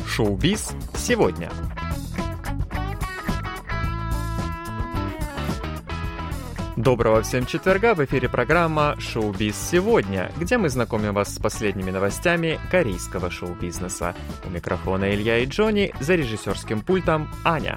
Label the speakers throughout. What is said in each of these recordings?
Speaker 1: Шоу-биз сегодня. Доброго всем четверга! В эфире программа «Шоу-биз сегодня», где мы знакомим вас с последними новостями корейского шоу-бизнеса. У микрофона Илья и Джонни, за режиссерским пультом Аня.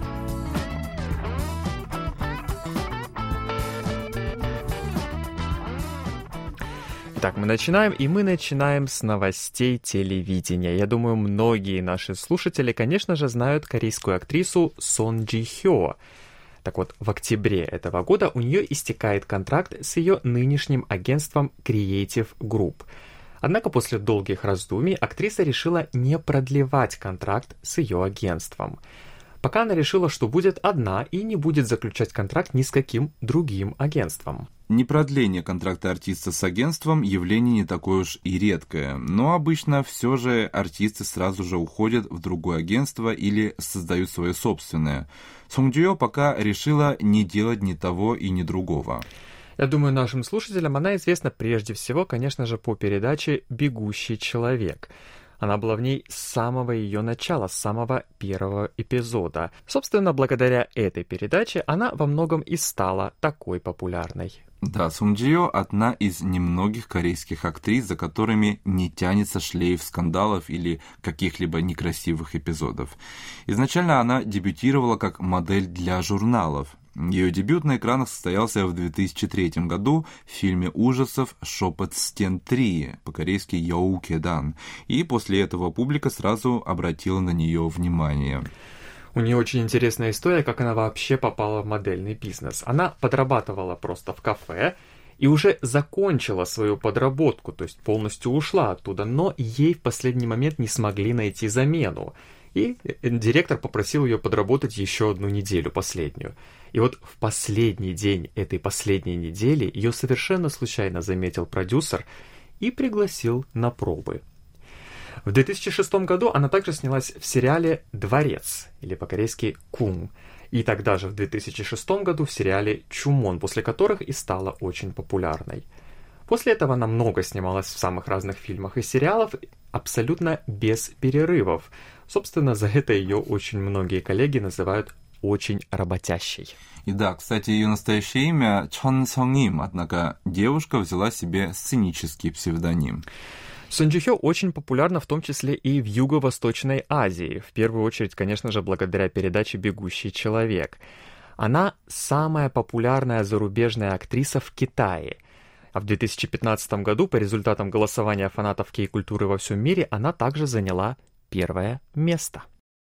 Speaker 1: Итак, мы начинаем с новостей телевидения. Я думаю, многие наши слушатели, конечно же, знают корейскую актрису Сон Джи Хё. Так вот, в октябре этого года у нее истекает контракт с ее нынешним агентством Creative Group. Однако после долгих раздумий актриса решила не продлевать контракт с ее агентством. Пока она решила, что будет одна и не будет заключать контракт ни с каким другим агентством.
Speaker 2: Непродление контракта артиста с агентством – явление не такое уж и редкое, но обычно все же артисты сразу же уходят в другое агентство или создают свое собственное. Сон Джи Хё пока решила не делать ни того и ни другого.
Speaker 1: Я думаю, нашим слушателям она известна прежде всего, конечно же, по передаче «Бегущий человек». Она была в ней с самого ее начала, с самого первого эпизода. Собственно, благодаря этой передаче она во многом и стала такой популярной.
Speaker 2: Да, Сон Джи Хё – одна из немногих корейских актрис, за которыми не тянется шлейф скандалов или каких-либо некрасивых эпизодов. Изначально она дебютировала как модель для журналов. Ее дебют на экранах состоялся в 2003 году в фильме ужасов «Шепот стен 3», по-корейски «Йоу Кедан», и после этого публика сразу обратила на нее внимание.
Speaker 1: У нее очень интересная история, как она вообще попала в модельный бизнес. Она подрабатывала просто в кафе и уже закончила свою подработку, то есть полностью ушла оттуда, но ей в последний момент не смогли найти замену. И директор попросил ее подработать еще одну неделю, последнюю. И вот в последний день этой последней недели ее совершенно случайно заметил продюсер и пригласил на пробы. В 2006 году она также снялась в сериале «Дворец», или по-корейски «Кун», и тогда же в 2006 году в сериале «Чумон», после которых и стала очень популярной. После этого она много снималась в самых разных фильмах и сериалах, абсолютно без перерывов. Собственно, за это ее очень многие коллеги называют очень работящей.
Speaker 2: И да, кстати, ее настоящее имя Чон Сон Им, однако девушка взяла себе сценический псевдоним.
Speaker 1: Сон Джи Хё очень популярна в том числе и в Юго-Восточной Азии, в первую очередь, конечно же, благодаря передаче «Бегущий человек». Она самая популярная зарубежная актриса в Китае. А в 2015 году по результатам голосования фанатов кей-культуры во всем мире она также заняла первое место.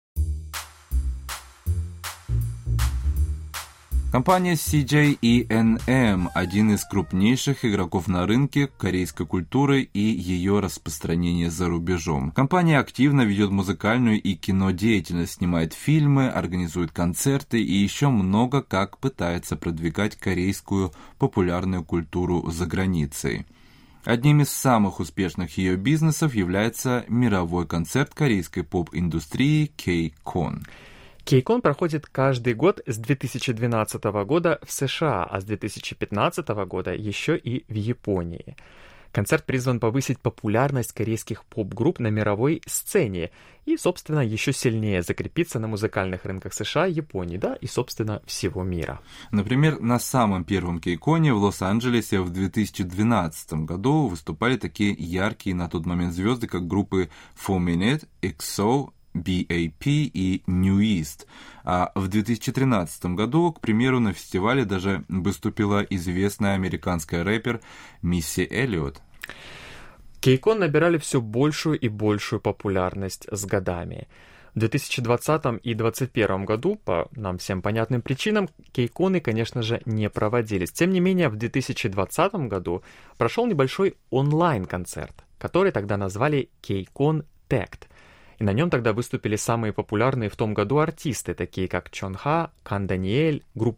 Speaker 2: Компания CJ ENM – один из крупнейших игроков на рынке корейской культуры и ее распространения за рубежом. Компания активно ведет музыкальную и кинодеятельность, снимает фильмы, организует концерты и еще много как пытается продвигать корейскую популярную культуру за границей. Одним из самых успешных ее бизнесов является мировой концерт корейской поп-индустрии K-Con.
Speaker 1: K-Con проходит каждый год с 2012 года в США, а с 2015 года еще и в Японии. Концерт призван повысить популярность корейских поп-групп на мировой сцене и, собственно, еще сильнее закрепиться на музыкальных рынках США, Японии, да, и, собственно, всего мира.
Speaker 2: Например, на самом первом K-Con в Лос-Анджелесе в 2012 году выступали такие яркие на тот момент звезды, как группы 4Minute, EXO, BAP и New East. А в 2013 году, к примеру, на фестивале даже выступила известная американская рэпер Мисси Эллиот.
Speaker 1: K-Con набирали все большую и большую популярность с годами. В 2020 и 2021 году, по нам всем понятным причинам, K-Con, конечно же, не проводились. Тем не менее, в 2020 году прошел небольшой онлайн-концерт, который тогда назвали K-Con Tagged. И на нем тогда выступили самые популярные в том году артисты, такие как Чон Ха, Кан Даниэль, группы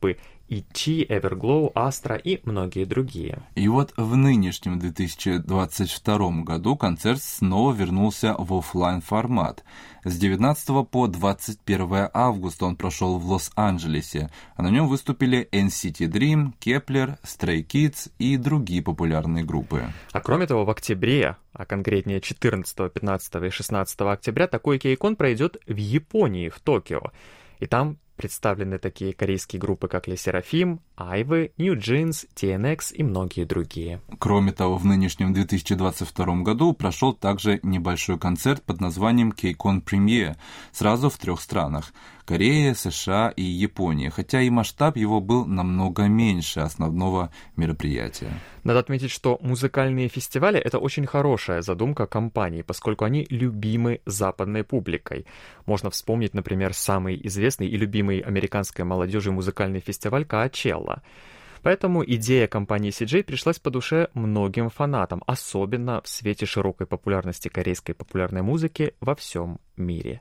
Speaker 1: E.T., Everglow, Astra и многие другие.
Speaker 2: И вот в нынешнем 2022 году концерт снова вернулся в офлайн формат. С 19 по 21 августа он прошел в Лос-Анджелесе, а на нем выступили NCT Dream, Kepler, Stray Kids и другие популярные группы.
Speaker 1: А кроме того, в октябре, а конкретнее 14, 15 и 16 октября, такой KCON пройдет в Японии, в Токио. И там представлены такие корейские группы, как Le Sserafim, IVE, New Jeans, TNX и многие другие.
Speaker 2: Кроме того, в нынешнем 2022 году прошел также небольшой концерт под названием KCON Premiere сразу в 3 странах – Корея, США и Япония, хотя и масштаб его был намного меньше основного мероприятия.
Speaker 1: Надо отметить, что музыкальные фестивали — это очень хорошая задумка компании, поскольку они любимы западной публикой. Можно вспомнить, например, самый известный и любимый американской молодежи музыкальный фестиваль Coachella. Поэтому идея компании CJ пришлась по душе многим фанатам, особенно в свете широкой популярности корейской популярной музыки во всем мире.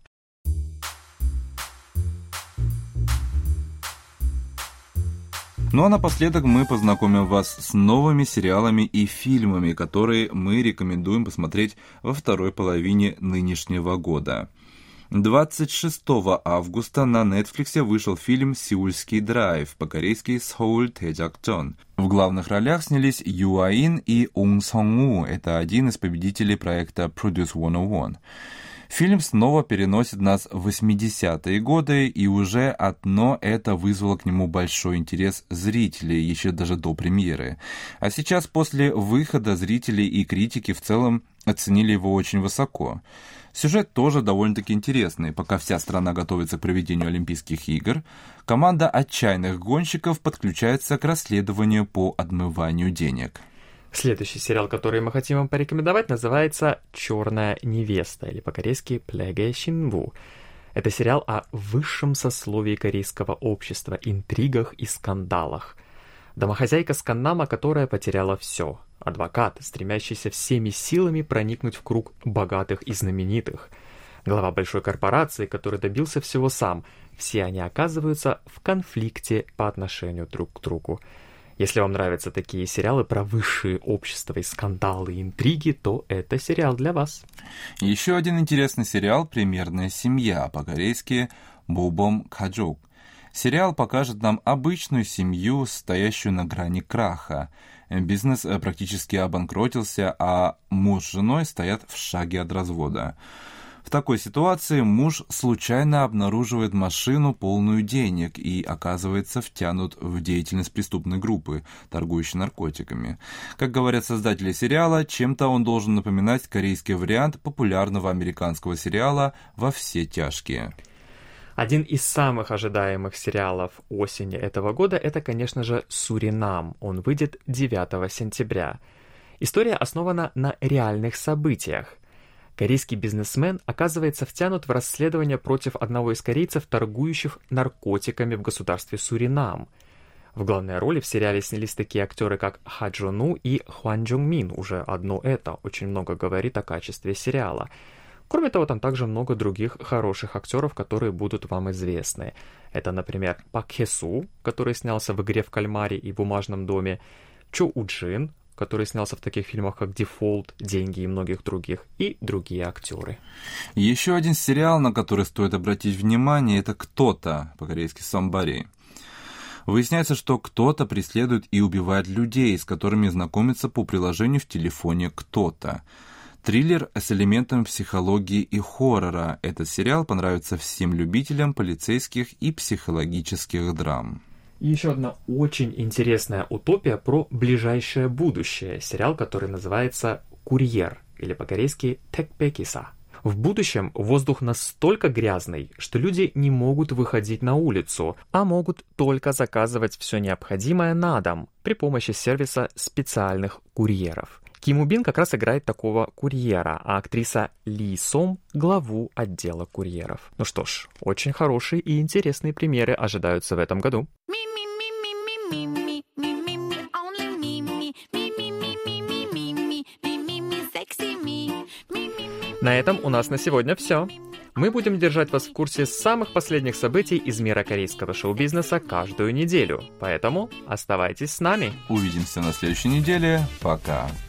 Speaker 2: Ну а напоследок мы познакомим вас с новыми сериалами и фильмами, которые мы рекомендуем посмотреть во второй половине нынешнего года. 26 августа на Netflix вышел фильм «Сеульский драйв», по-корейски «Seoul Daejak-jeon». В главных ролях снялись Ю А-ин и Ун Сон-у, это один из победителей проекта Produce 101. Фильм снова переносит нас в 80-е годы, и уже одно это вызвало к нему большой интерес зрителей, еще даже до премьеры. А сейчас, после выхода, зрители и критики в целом оценили его очень высоко. Сюжет тоже довольно-таки интересный. Пока вся страна готовится к проведению Олимпийских игр, команда отчаянных гонщиков подключается к расследованию по отмыванию денег.
Speaker 1: Следующий сериал, который мы хотим вам порекомендовать, называется «Черная невеста», или по-корейски «Плеге Шинву». Это сериал о высшем сословии корейского общества, интригах и скандалах. Домохозяйка с Каннама, которая потеряла все. Адвокат, стремящийся всеми силами проникнуть в круг богатых и знаменитых. Глава большой корпорации, который добился всего сам. Все они оказываются в конфликте по отношению друг к другу. Если вам нравятся такие сериалы про высшее общество и скандалы и интриги, то это сериал для вас.
Speaker 2: Еще один интересный сериал «Примерная семья», по-корейски «Бобом Каджок». Сериал покажет нам обычную семью, стоящую на грани краха. Бизнес практически обанкротился, а муж с женой стоят в шаге от развода. В такой ситуации муж случайно обнаруживает машину, полную денег, и оказывается втянут в деятельность преступной группы, торгующей наркотиками. Как говорят создатели сериала, чем-то он должен напоминать корейский вариант популярного американского сериала «Во все тяжкие».
Speaker 1: Один из самых ожидаемых сериалов осени этого года — это, конечно же, «Суринам». Он выйдет 9 сентября. История основана на реальных событиях. Корейский бизнесмен оказывается втянут в расследование против одного из корейцев, торгующих наркотиками в государстве Суринам. В главной роли в сериале снялись такие актеры, как Ха Джо Ну и Хван Джунг Мин. Уже одно это очень много говорит о качестве сериала. Кроме того, там также много других хороших актеров, которые будут вам известны. Это, например, Пак Хе Су, который снялся в «Игре в кальмаре» и «Бумажном доме», Чо У Джин, который снялся в таких фильмах, как «Дефолт», «Деньги» и многих других, и другие актеры.
Speaker 2: Еще один сериал, на который стоит обратить внимание, это «Кто-то», по-корейски «Somebody». Выясняется, что кто-то преследует и убивает людей, с которыми знакомится по приложению в телефоне «Кто-то». Триллер с элементом психологии и хоррора. Этот сериал понравится всем любителям полицейских и психологических драм.
Speaker 1: И еще одна очень интересная утопия про ближайшее будущее. Сериал, который называется «Курьер», или по-корейски «Тэкпэкиса». В будущем воздух настолько грязный, что люди не могут выходить на улицу, а могут только заказывать все необходимое на дом при помощи сервиса специальных курьеров. Ким У Бин как раз играет такого курьера, а актриса Ли Сом – главу отдела курьеров. Ну что ж, очень хорошие и интересные примеры ожидаются в этом году. На этом у нас на сегодня все. Мы будем держать вас в курсе самых последних событий из мира корейского шоу-бизнеса каждую неделю. Поэтому оставайтесь с нами.
Speaker 2: Увидимся на следующей неделе. Пока.